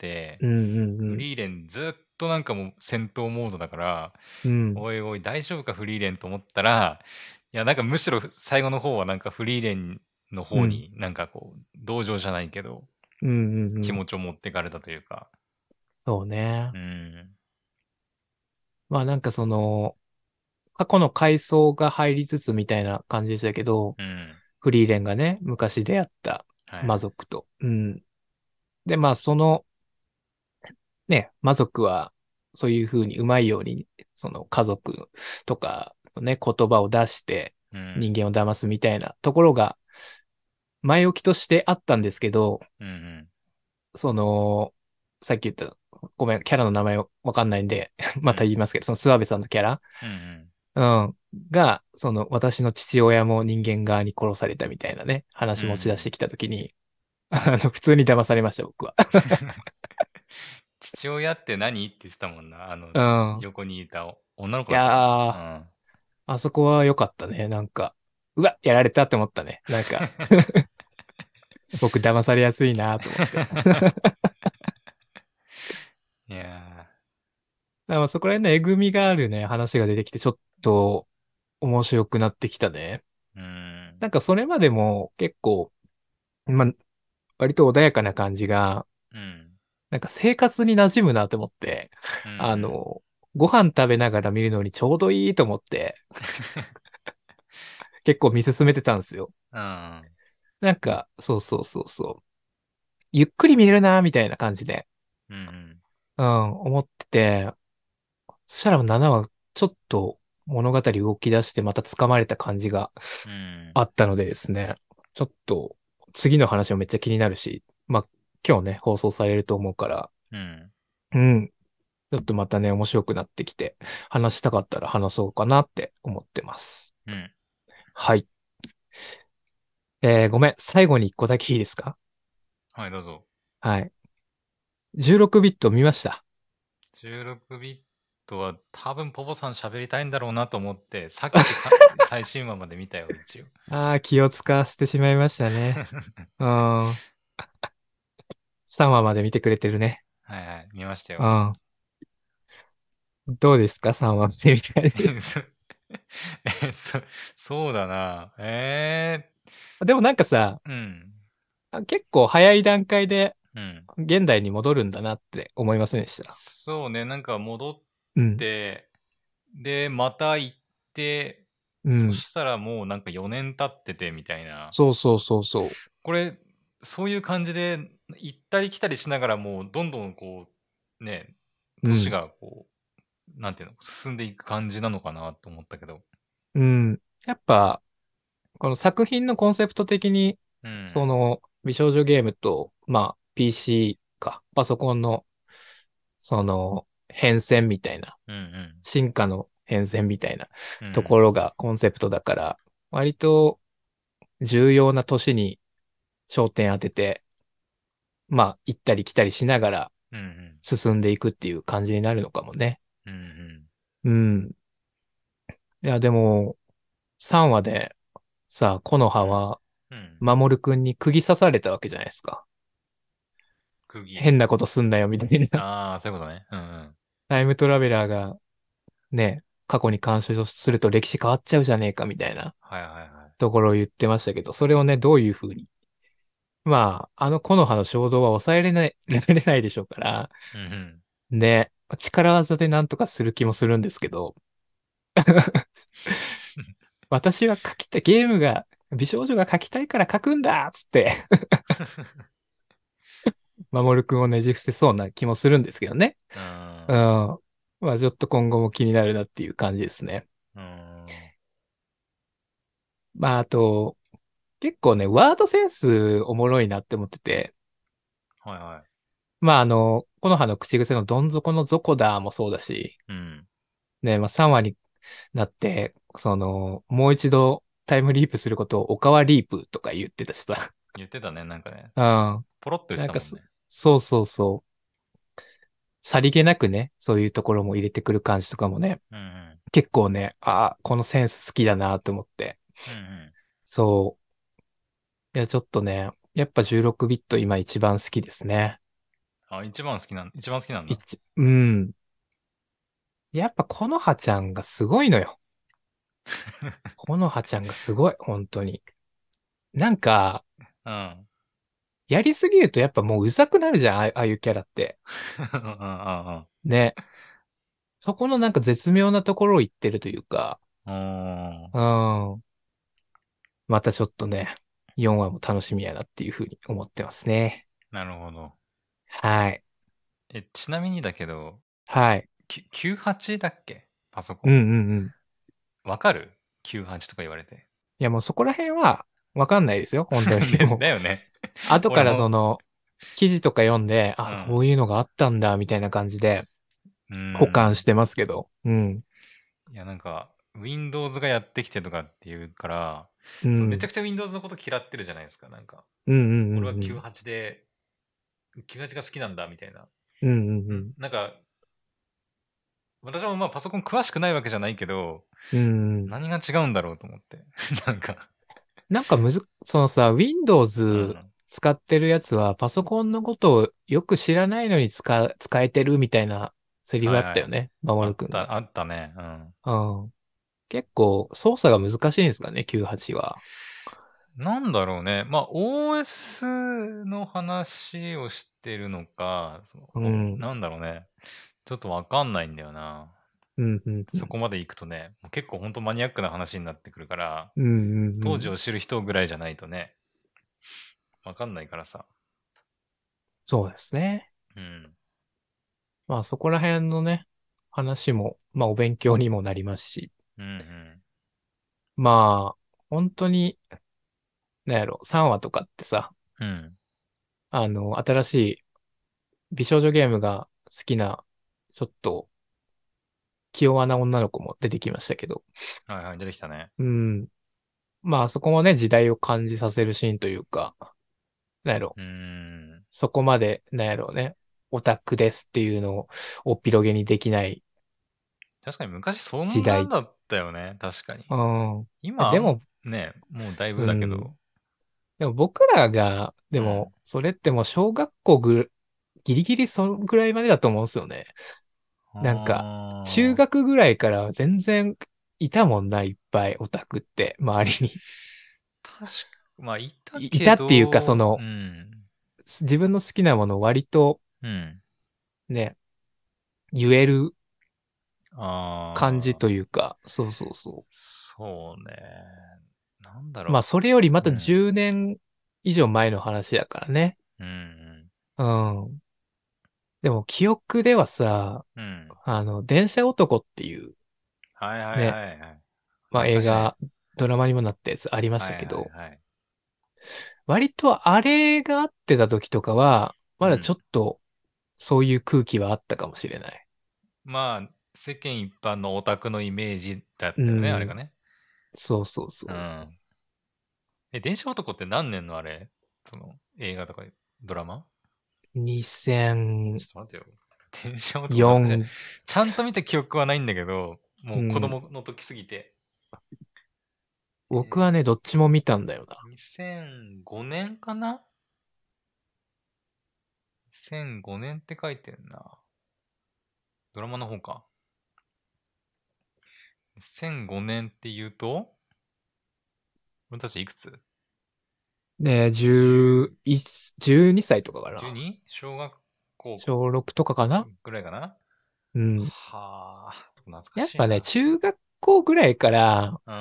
うん。うんうんフリーレンずっとなんかもう戦闘モードだから、 うん。うん。 おいおい大丈夫かフリーレンと思ったら、いや、なんかむしろ最後の方はなんかフリーレンのうん。 方になんかこう、同情じゃないけど、 うんうんうん。 気持ちを持ってかれたというか。 そうね。 うん。 まあなんかその、過去の回想が入りつつみたいな感じでしたけど、 うん。 フリーレンがね、昔出会ったはいはい。 魔族と。うん。で、まあその、ね、魔族は、そういうふうにうまいように、その家族とかのね、言葉を出してうん。 人間を騙すみたいなところが前置きとしてあったんですけど、 うんうん。 その、さっき言った、ごめん、キャラの名前わかんないんでまたうん。 言いますけど、その諏訪部さんのキャラ、 うんうん。 うん、が、その私の父親も人間側に殺されたみたいなね、 う話持ち出してん。 きたときに、普通に騙されました、僕は。 父親って何って言ってたもんな。 うん。 横にいた女のいや子だったかー、 な。 あそこは良かったね。なんか、うわ、やられたって思ったね。なんか、僕騙されやすいなと思って。 うん。いやだからそこら辺のえぐみがあるね、話が出てきて、ちょっと面白くなってきたね。 ー。うん。 なんかそれまでも結構、まあ、割と穏やかな感じが、 うん。 なんか生活に馴染むなと思って、 うん。うあん。 の、ご飯食べながら見るのにちょうどいいと思って、結構見進めてたんですよ。 うん。 なんか、そうそうそうそう。ゆっくり見れるな、みたいな感じで、 うん。 うん、思ってて、そしたら7はちょっと物語動き出してまた掴まれた感じがうん。 あったのでですね、ちょっと次の話もめっちゃ気になるし、まあ、今日ね、放送されると思うから、 うん。 うん、ちょっとまたね、面白くなってきて、話したかったら話そうかなって思ってます。 うん。 はい。ごめん。最後に一個だけいいですか？ はい、どうぞ。 はい。16ビット見ました。 16ビットは多分ポポさん喋りたいんだろうなと思って、さっき最新話まで見たよ、一応。 ああ、気を使わせてしまいましたね。うん。3話まで見てくれてるね。 はいはい、見ましたよ。 うん。どうですか？ 3 話目みたいで。 そそうだな。 でもなんかさ、 うん。 結構早い段階でうん。 現代に戻るんだなって思いませんでした？ そうね、なんか戻っうん。 て、で、また行って、そうん。 したらもうなんか4年経っててみたいな。 そうそうそうそこれ、そういう感じで行ったり来たりしながらもうどんどんこう、ね、 う。うん。 年がこう、なんていうの、進んでいく感じなのかなと思ったけど。 うん。やっぱ、この作品のコンセプト的に、 うん。 その、美少女ゲームと、まあ、PC か、パソコンの、その、変遷みたいな、 うんうん。 進化の変遷みたいなとこうん。 ろがコンセプトだから、割と重要な年に焦点当てて、まあ、行ったり来たりしながらうんうん。 進んでいくっていう感じになるのかもね。 うんうん。 うん。いや、でも、 3話でさ、木の葉うん。 は、 うん。 守くんに釘刺されたわけじゃないですか。 釘。 変なことすんなよ、みたいな。 ああ、そういうことね。うんうん。 タイムトラベラーがね、過去に干渉すると歴史変わっちゃうじゃねえか、みたいなはいはいはい。 ところを言ってましたけど、それをね、どういうふうに。まあ、あの木の葉の衝動は抑えれない、られないでしょうから、 うんうん。 ね、力技でなんとかする気もするんですけど、私は書きたい、ゲームが、美少女が書きたいから書くんだっつって、守くんをねじ伏せそうな気もするんですけどね。 ううん。 ん。 まあちょっと今後も気になるなっていう感じですね。 うん。 まああと、結構ね、ワードセンスおもろいなって思ってて、 はいはまあ木の葉の口癖のどん底の底だもそうだし、 い。うん。 ね、まあ3話になって、もう一度タイムリープすることをおかわリープとか言ってたしさ。 言ってたね、なんかね。 うん。 ポロっと言ってなんかたもんね。 そうそうそう。さりげなくね、そういうところも入れてくる感じとかもね、 うんうん。 結構ね、このセンス好きだなと思って。 うんうん。 そう。いや、ちょっとね、やっぱ16ビット今一番好きですね。 あ、一番好きなんだ。 うん。やっぱこの葉ちゃんがすごいのよ。この葉ちゃんがすごい、本当に。なんか、 うん。 やりすぎるとやっぱもううざくなるじゃん、ああいうキャラって。 うんうんうんね。そこのなんか絶妙なところを言ってるというか、 うん。おー、 うん。またちょっとね、4話も楽しみやなっていうふうに思ってますね。 なるほど。 はい。 ちなみにだけど、 はい。 98だっけパソコうんうン。 んうん。 わかる？ 98 とか言われて。 いやもうそこら辺はわかんないですよ。本当に。 ね、 もう、 だよね。 後から俺も、 記事とか読んで、 うん。 こういうのがあったんだ、みたいな感じでうーん。 保管してますけど。うん。 いや、なんか、Windows がやってきてとかっていうから、めちゃうん。 くちゃ Windows のこと嫌ってるじゃないですか。なんか、 うんうんう俺はんうん。 98で、98が好きなんだ、みたいな。 うんうんなんか、私もまあパソコン詳しくないわけじゃないけど、 うん。うん。 何が違うんだろうと思って。なんか、 なんかそのさ、Windows うん。 使ってるやつはパソコンのことをよく知らないのに使えてるみたいなセリフあはいはい。 ったよね。守くんが。 あったね。うん。 うん。結構操作が難しいんですかね、98は。 なんだろうね。まあ、OS の話をしてるのか、 うん。 なんだろうね。ちょっとわかんないんだよな。 うん、うん、うん。 そこまで行くとね、もう結構ほんとマニアックな話になってくるから、 うん、うん、うん。 当時を知る人ぐらいじゃないとね、わかんないからさ。 そうですね。 うん。 まあそこら辺のね、話も、まあお勉強にもなりますし。 うんうん。 まあ、本当に、なんやろ、3話とかってさ、 うん。 新しい美少女ゲームが好きな、ちょっと、気弱な女の子も出てきましたけど、 はいはい、出てきたね。 うん。まあそこもね、時代を感じさせるシーンというか、なんやろ、 うーん。 そこまで、なんやろうね、オタクですっていうのをおっぴろげにできない確かに昔そんなん時代。 だったよね。確かに。 うん。 今、 でも、 ね、もうだいぶだけうん。 ど。 でも僕らが、でうん。 も、それってもう小学校ギリギリそのぐらいまでだと思うんですよね。なんか、中ああ。 学ぐらいからは全然いたもんな、いっぱいオタクって、周りに。 確か、まあ、いたいけたっていうか、 ど、うん。 自分の好きなものを割とうん。 ね、言える感じああ、 というか、そうそうそそうね。なんだう。まあ、 ろそれよりまう。うたん。 10年以上前の話だからね。 うん。 うん。でも、記憶ではさ、 うん。うん。 電車男っていうはいはいね、 はいはい。 まあ懐かしいね。 映画、ドラマにもなったやつありましはいはいたけど、 はい。 割とあれがあってた時とかは、まだちょうん。 っとそういう空気はあったかもしれない。 まあ、世間一般のオタクのイメージだっうたよね、あれがん、 ね。 そうそうそうん。電車男って何年のあれ映画とかドラマ？ う。2004、 ちょっと待ってよ。電車男懐かしい。ちゃんと見た記憶はないんだけど、もう子うん、 供の時すぎて。 僕はね、どっちも見たんだよな。 2005年かな？ 2005 年って書いてるな。ドラマの方か。2005年って言うと、俺たちいくつ？ ね、 10、 12歳とかかな。 12？ 小学校小6とかかな。 ぐらいかな？ うん。 はあ、懐かやっぱね、 しいな。 中学校ぐらいから、 うんうん。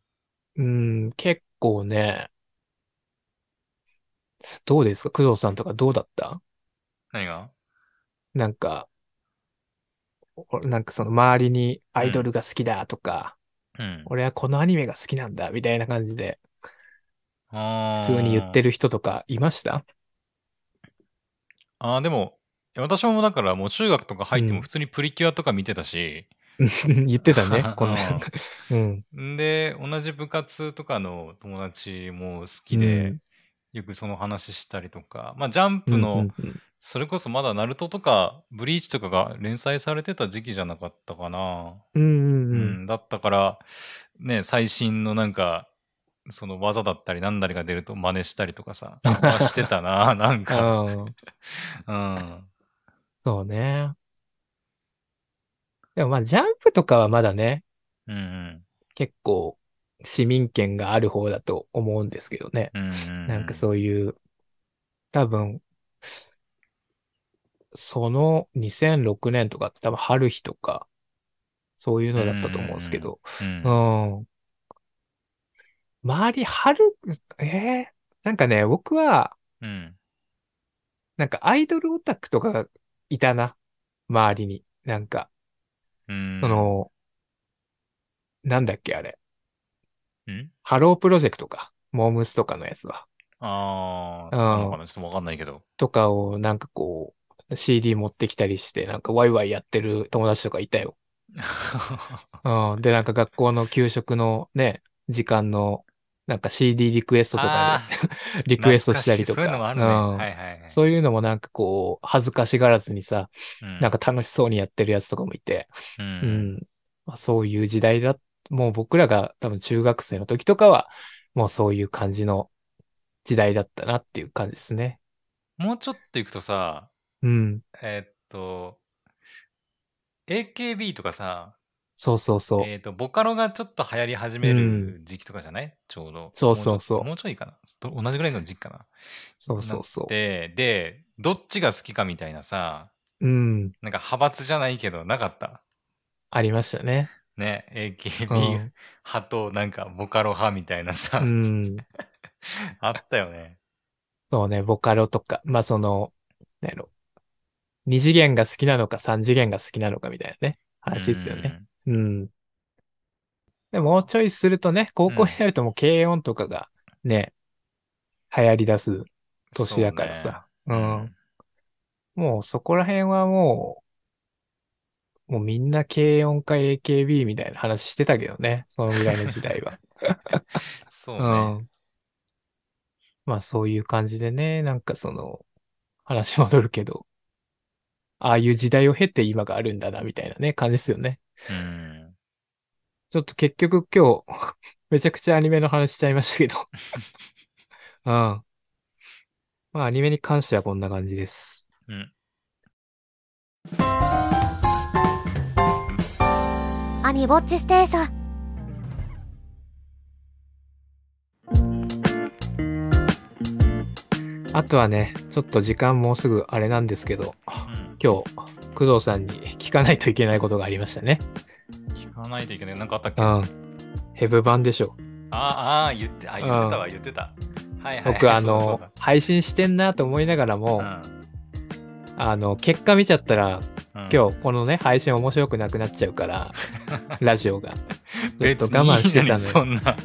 うん、結構ね、どうですか工藤さんとかどうだった？ 何が？ なんか、なんかその周りにアイドうん。 ルが好きだとか、 うん。 俺はこのアニメが好きなんだみたいな感じで、普通に言ってある人とかいました？ あ。でも、いや私もだからもう中学とか入ってもうん。 普通にプリキュアとか見てたし、 言ってたね、こんな。うん。 で、同じ部活とかの友達も好きで、 うん。 よくその話したりとか、まあ、ジャンうん。うプの、 ん。うん。 それこそまだナルトとか、ブリーチとかが連載されてた時期じゃなかったかな。 うん。うん。 うん、だったから、ね、最新のなんか、その技だったりなんだりが出ると真似したりとかさ、はしてたな、なんか。 うん。 うん。 そうね。でもまあ、ジャンプとかはまだね、 うんうん。 結構市民権がある方だと思うんですけどね。 うんうんうなんかん。 そういう、多分、その2006年とかって多分春日とか、そういううんうんのだったと思うんですけど、 うん。ううん。 ん。周りなんかね、僕は、 うん。 なんかアイドルオタクとかがいたな。周りに。なんか、 うん。 その、なんだっけあれ。 うん。 ハロープロジェクトか。モームスとかのやつは。 あー、なのかうん。 なちょっとわかんないけど。 とかをなんかこう、CD 持ってきたりして、なんかワイワイやってる友達とかいたよ。うん。で、なんか学校の給食のね、時間の、なんか CD リクエストとかであリー、 クエストした懐かしい。そういうのりとか、うもあるね。はん。 いはいはい。 そういうのもなんかこう、恥ずかしがらずにさ、 うん。 なんか楽しそうにやってるやつとかもいて、 うん。 うん。まあ、そういう時代だ。もう僕らが多分中学生の時とかは、もうそういう感じの時代だったなっていう感じですね。 もうちょっと行くとさ、 うん。 えーっと、AKB とかさ、 そうそうそボカロがちょっと流行り始う。うめん。 る時期とかじゃないちょうど。 そうそうそう。 もうちょいかな。同じぐらいの時期かな。 そうなっそうそて、で、どっちが好きかみたいなさ、 う。うん。 なんか派閥じゃないけど、なかった。 ありましたね。 ね、 う AKB ん。 派となんかボカロ派みたいなうさ、 ん。 あったよね。 そうね、ボカロとか。まあその、なんやろ。二次元が好きなのか三次元が好きなのかみたいなね。 う話ですよね。 ん。 うん。でももうちょいするとね、高校にうん。 なるともう軽音とかがね、流行り出す年だからそうね。 さ。うん。 うん。 もうそこら辺はもうみんな軽音か AKB みたいな話してたけどね。そのぐらいの時代は。うそうね。 ん。まあそういう感じでね、なんかその、話戻るけど、ああいう時代を経て今があるんだな、みたいなね、感じですよね。 うん。 ちょっと結局今日めちゃくちゃアニメの話しちゃいましたけどうん。まあアニメに関してはこんな感じです。 うん。 アニぼっちステーション。 あとはね、ちょっと時間もうすぐあれなんですけど、 うん。 今日、工藤さんに聞かないといけないことがありましたね。 聞かないといけない。なんかあったっけ？ うん。ヘブ版でしょ。 言ってたわ、 うん。 言ってた。はいはい僕はい、そうだそうだ。 配信してんなと思いながらも、 うん。 結果見ちゃったら、 うん。 今日このね、配信面白くなくなっちゃうから、ラジオが。ちょっと別我慢しにいいのに、 てたのよ。 そんな。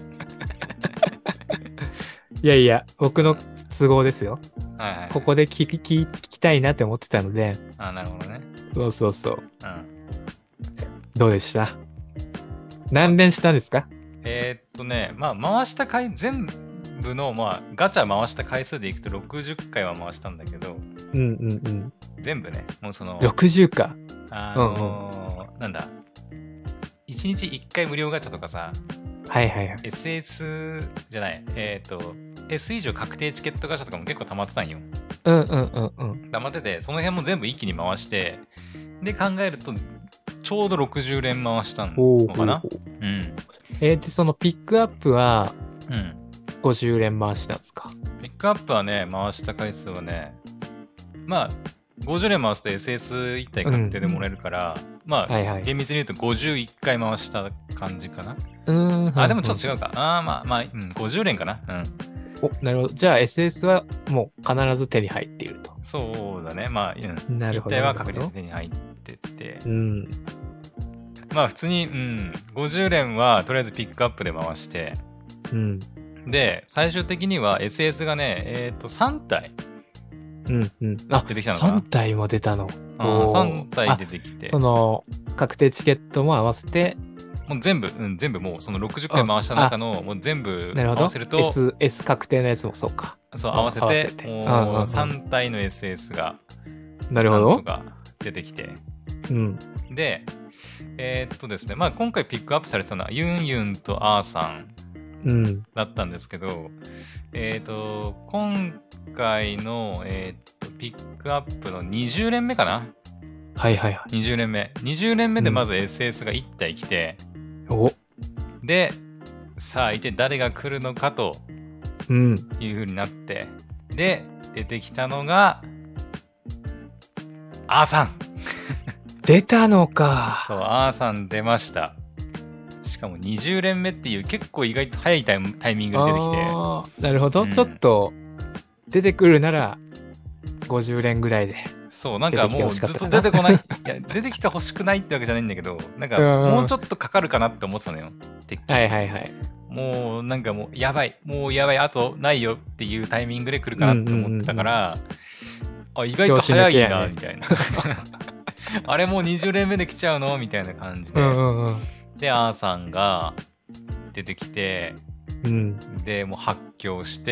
いやいや、僕のうん。 都合ですよ。 はいはいはい。 ここで聞きたいなって思ってたので、 あ、なるほどね。 そうそうそう。 うん。 どうでした？ まあ、 何連したんですか？ まあ、回した回、全部の、まあ、ガチャ回した回数でいくと60回は回したんだけど、 うんうんうん。 全部ね、もうその、 60か。うんうん。 なんだ、1日1回無料ガチャとかさ、 はいはいはい。 SS じゃない、S 以上確定チケットガチャとかも結構溜まってたんよ。 うんうんうんうん。 溜まってて、その辺も全部一気に回して、で考えると、ちょうど60連回したのかな。うん。 で、そのピックアップはうん。 50連回したんですか？ ピックアップはね、回した回数はね、まあ、50連回すと SS1 体確定でもらえるから、まあ、 はいはい。 厳密に言うと51回回した感じかな。 うんあ、でもちょっと違うか。50連かな。うん。 お、なるほど。じゃあ SS はもう必ず手に入っていると。 そうだね。まあ、1 なるほど。 体は確実に手に入ってて。 うん。 まあ、普通に、50連はとりあえずピックアップで回して、 うん。 で、最終的には SS がね、3体うんうん。あ、 出てきたのかな。 3体も出たの。 3体出てきて。 その、確定チケットも合わせて、 もう全部もうその60回回した中のもう全部合わせると、 S 確定のやつもそうか。 そう、合わせて、もう3体の SS が、 なるほど。 なんとか出てきて。 うん。 で、ですね、まあ今回ピックアップされてたのはユンユンとアーさんだったんですけど、今回の、ピックアップの20連目かな。 はいはいはい。 20連目。20連目でまず SS が1体来て、で、さあ、一体誰が来るのかという風になって、で、出てきたのが、アーさん。 出たのか。 そう、アーさん出ました。しかも20連目っていう結構意外と早いタイミングで出てきて。 なるほど、ちょっと出てくるなら50連ぐらいで。 そう、なんかもうずっと出てこない。いや、出てきてほしくないってわけじゃないんだけど、なんかもうちょっとかかるかなって思ってたのよ。 はいはいはい。 もうなんかもうやばい、あとないよっていうタイミングで来るかなって思ってたから、あ、意外と早いな、みたいな。あれもう20連目で来ちゃうのみたいな感じで。で、アーさんが出てきて、で、もう発狂して、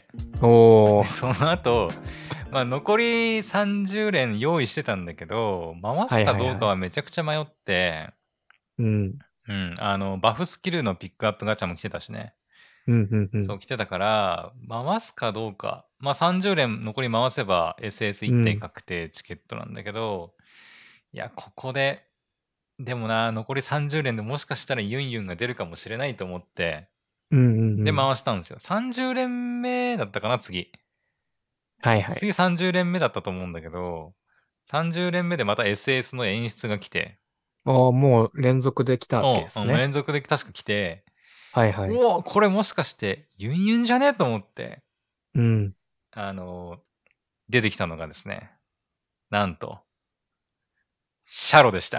その後、まあ、残り30連用意してたんだけど、回すかどうかはめちゃくちゃ迷って、バフスキルのピックアップガチャも来てたしね。そう来てたから、回すかどうか。まあ30連残り回せば SS1 体確定チケットなんだけど、いや、ここで、でもな、残り30連でもしかしたらユンユンが出るかもしれないと思って、で回したんですよ。30連目だったかな、次。はいはい。次30連目だったと思うんだけど、30連目でまた SS の演出が来て。 もう連続で来たわけですね。 連続で確か来て、 はいはい。 うお、これもしかしてユンユンじゃねえと思って、出てきたのがですね、なんと、シャロでした。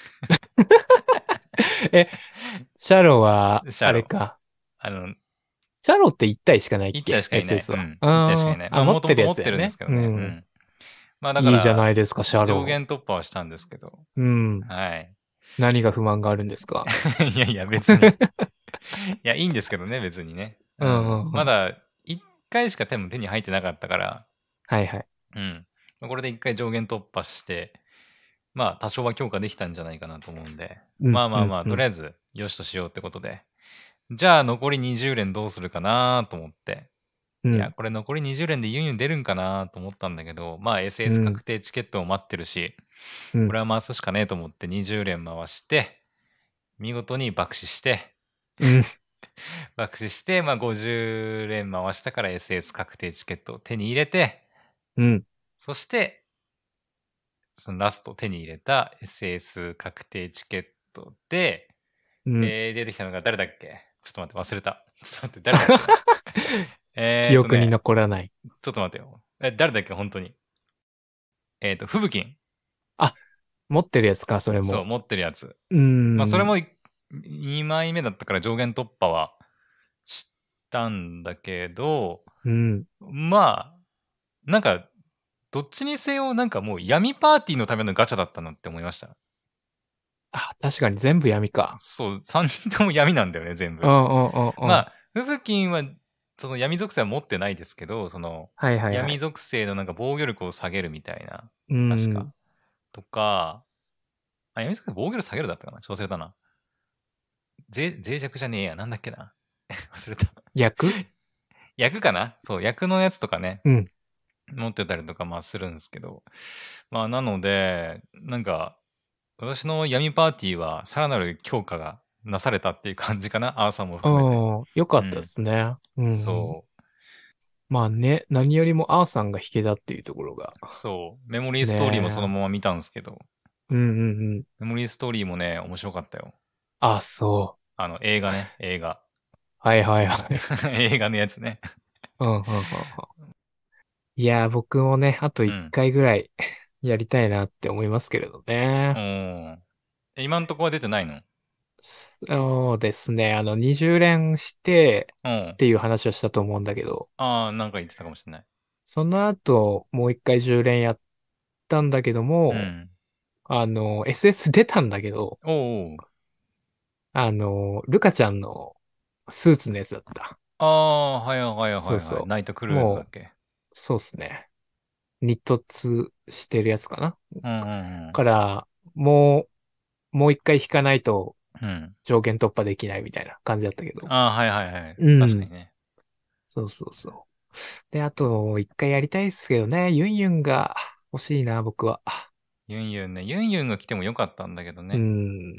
シャロは、あれか。シャロって1体しかないっけ？ 1体しかいない。 SS は。 1体しかいない。まあ、もともと持ってるんですけどね。まあ、だから、 いいじゃないですか、シャロ。 上限突破はしたんですけど。はい。 何が不満があるんですか？ いやいや、別に。いや、いいんですけどね、別にね。まだ、1回しか手に入ってなかったから。 はいはい。 これで1回上限突破して、まあ、多少は強化できたんじゃないかなと思うんで。まあ、とりあえず、よしとしようってことで。じゃあ、残り20連どうするかなと思って。いや、これ残り20連でユンユン出るんかなと思ったんだけど、まあ SS 確定チケットを待ってるし、これは回すしかねえと思って20連回して、見事に爆死して、爆死して、まあ50連回したから SS 確定チケットを手に入れて、そして、そのラスト手に入れた SS 確定チケットで、出てきたのが誰だっけ？ちょっと待って、忘れた。ちょっと待って、誰だっけ？ 記憶に残らない。 ちょっと待ってよ。誰だっけ、本当に。ふぶきん。 あ、持ってるやつか、それも。 そう、持ってるやつ。まあ、それも2枚目だったから上限突破はしたんだけど、まあ、なんか、どっちにせよ、なんかもう闇パーティーのためのガチャだったなって思いました。 あ、確かに全部闇か。 そう、3人とも闇なんだよね、全部。まあ、ふぶきんは、その闇属性は持ってないですけど、その、闇属性のなんか防御力を下げるみたいな、確か。とか、闇属性防御力下げるだったかな？ちょっと忘れたな。 脆弱じゃねえや。なんだっけな。忘れた。役かなそう、役のやつとかね。 うん。 持ってたりとか、まあするんですけど。まあなので、なんか、私の闇パーティーはさらなる強化がなされたっていう感じかな。アーサーも含めて。 よかったでうん。 すね。うん。 そう。 まあね、何よりもアーさんが弾けたっていうところが。 そう。メモリーストーリーもそのねまま見たんですけど、 え。うんうんうん。 メモリーストーリーもね、面白かったよ。 あ、そう。 映画ね、映画。 はいはいはい。 映画のやつね。 うんうんうんうん。いやー、僕もね、あと1 うん。 回ぐらいやりたいなって思いますけれどおね。 ー。今んとこは出てないの？ そうですね。20連してうん。 っていう話をしたと思うんだけど、 ああ、なんか言ってたかもしれない。 その後、もう1回10連やったんだけども、 うん。 SS 出たんだけど、 おー。 ルカちゃんのスーツのやつだった。 ああ、はいはいはいはい。 そうそナイトクう。 ルーズだっもけ？ う、そうっすね。ニットツしてるやつかな。 うんうんから、もう1回引かないとうん。うん。 上限突破できないみたいな感じだったけど。 ああ、はいはいはい。 うん。 確かにね。 そうそうそう。で、あと、1回やりたいですけどね。ユンユンが欲しいな、僕は。 ユンユンね。ユンユンが来てもよかったんだけどうね。 ん。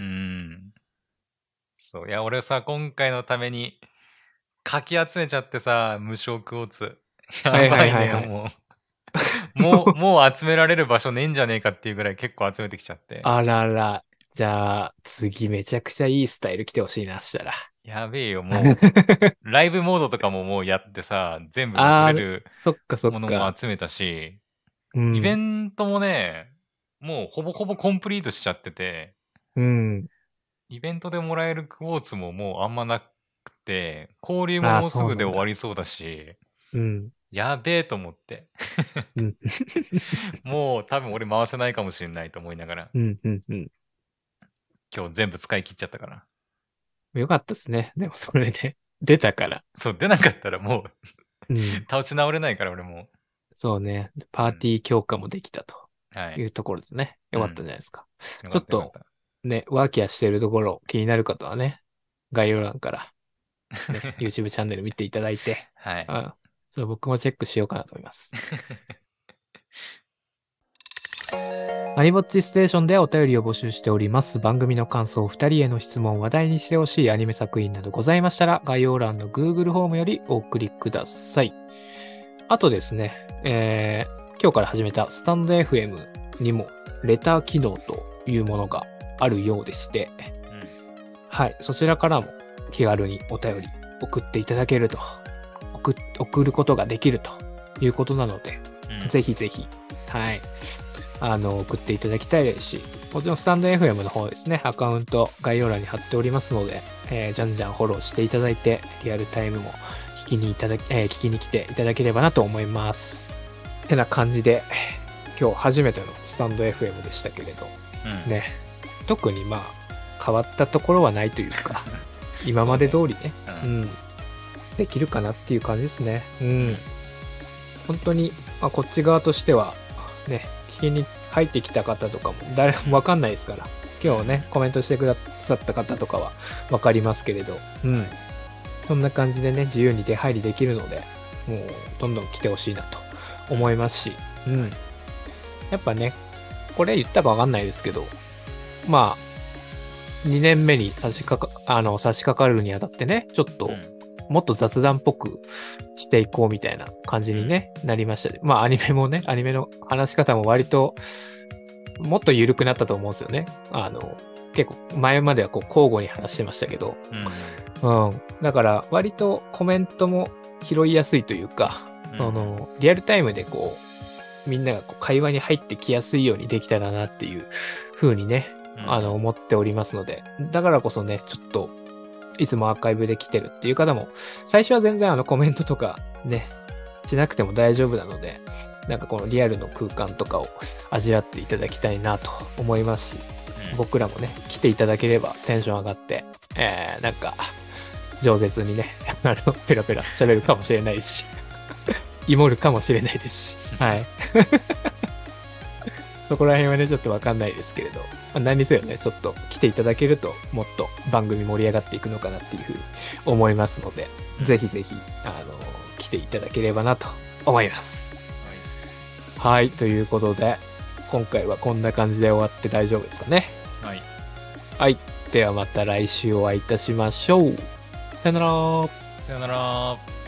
そう。いや、俺さ、今回のために、かき集めちゃってさ、無償クォーツ。やはいはばいね、 いはいはい。 もう。もう集められる場所ねえんじゃねえかっていうぐらい結構集めてきちゃって。 あらら。じゃあ、次めちゃくちゃいいスタイル来てほしいな、したら。 やべえよ、もう。ライブモードとかももうやってさ、全部もう取あー、 れるそっかそっものもか。 集めたし、イベうん。 ントもね、もうほぼほぼコンプリートしちゃってて、 うん。 イベントでもらえるクォーツももうあんまなくて、交流もああ、 もうすぐでそうなんだ。 終わりそうだし、 うん。 やべえと思って。 うん。 もう多分俺回せないかもしれないと思いながら、 うん。うん。うん。 今日全部使い切っちゃったから。 よかったですね。でもそれで出たから。 そう、出なかったらもううん。 倒し直れないから俺も。 そうね。パうん。 ーティー強化もできたとはい。 いうところでね。よかったんうん。 じゃないですか。 よかちょっとったよかった。 ね、ワーキャーしてるところ気になる方はね、概要欄からね、YouTube チャンネル見ていただいて、 はい。 うん。それ僕もチェックしようかなと思います。アニボッチステーションではお便りを募集しております。番組の感想、二人への質問、話題にしてほしいアニメ作品などございましたら、概要欄の Google フォームよりお送りください。あとですね、今日から始めたスタンド FM にもレター機能というものがあるようでして、はい、そちらからも気軽にお便り送っていただけると、送ることができるということなので、 うん。 ぜひぜひ、はい、送っていただきたいですし、もちろんスタンド FM の方ですね、アカウント概要欄に貼っておりますので、じゃんじゃんフォローしていただいて、リアルタイムも聞きに来ていただければなと思います。てな感じで、今日初めてのスタンド FM でしたけれど、 うん。 ね、特にまあ、変わったところはないというか、今まで通りね、 う。 うんん、できるかなっていう感じですね。うん。本当に、まあ、こっち側としては、ね、聞きに入ってきた方とかも誰もわかんないですから、今日ね、コメントしてくださった方とかはわかりますけれど、うん。そんな感じでね、自由に出入りできるので、もう、どんどん来てほしいなと思いますし、うん。やっぱね、これ言ったかわかんないですけど、まあ、2年目に差し掛かるにあたってね、ちょっと、もっと雑談っぽくしていこうみたいな感じにね、なりました。まあアニメもね、アニメの話し方も割と、もっと緩くなったと思うんですよね。結構前まではこう交互に話してましたけど、 うん。 うん。だから割とコメントも拾いやすいというか、 うんリアルタイムでこう、みんながこう会話に入ってきやすいようにできたらなっていう風にね、思っておりますので、だからこそね、ちょっと、いつもアーカイブで来てるっていう方も、最初は全然コメントとかね、しなくても大丈夫なので、なんかこのリアルの空間とかを味わっていただきたいなと思いますし、僕らもね、来ていただければテンション上がって、なんか、饒舌にね、ペラペラ喋るかもしれないし、イモるかもしれないですし、はい。 そこら辺はね、ちょっとわかんないですけれど、何にせよね、ちょっと来ていただけると、もっと番組盛り上がっていくのかなっていうふうに思いますので、ぜひぜひ、来ていただければなと思います。はい、ということで、今回はこんな感じで終わって大丈夫ですかね。 はい。 はい。ではまた来週お会いいたしましょう。さよなら。 さよなら。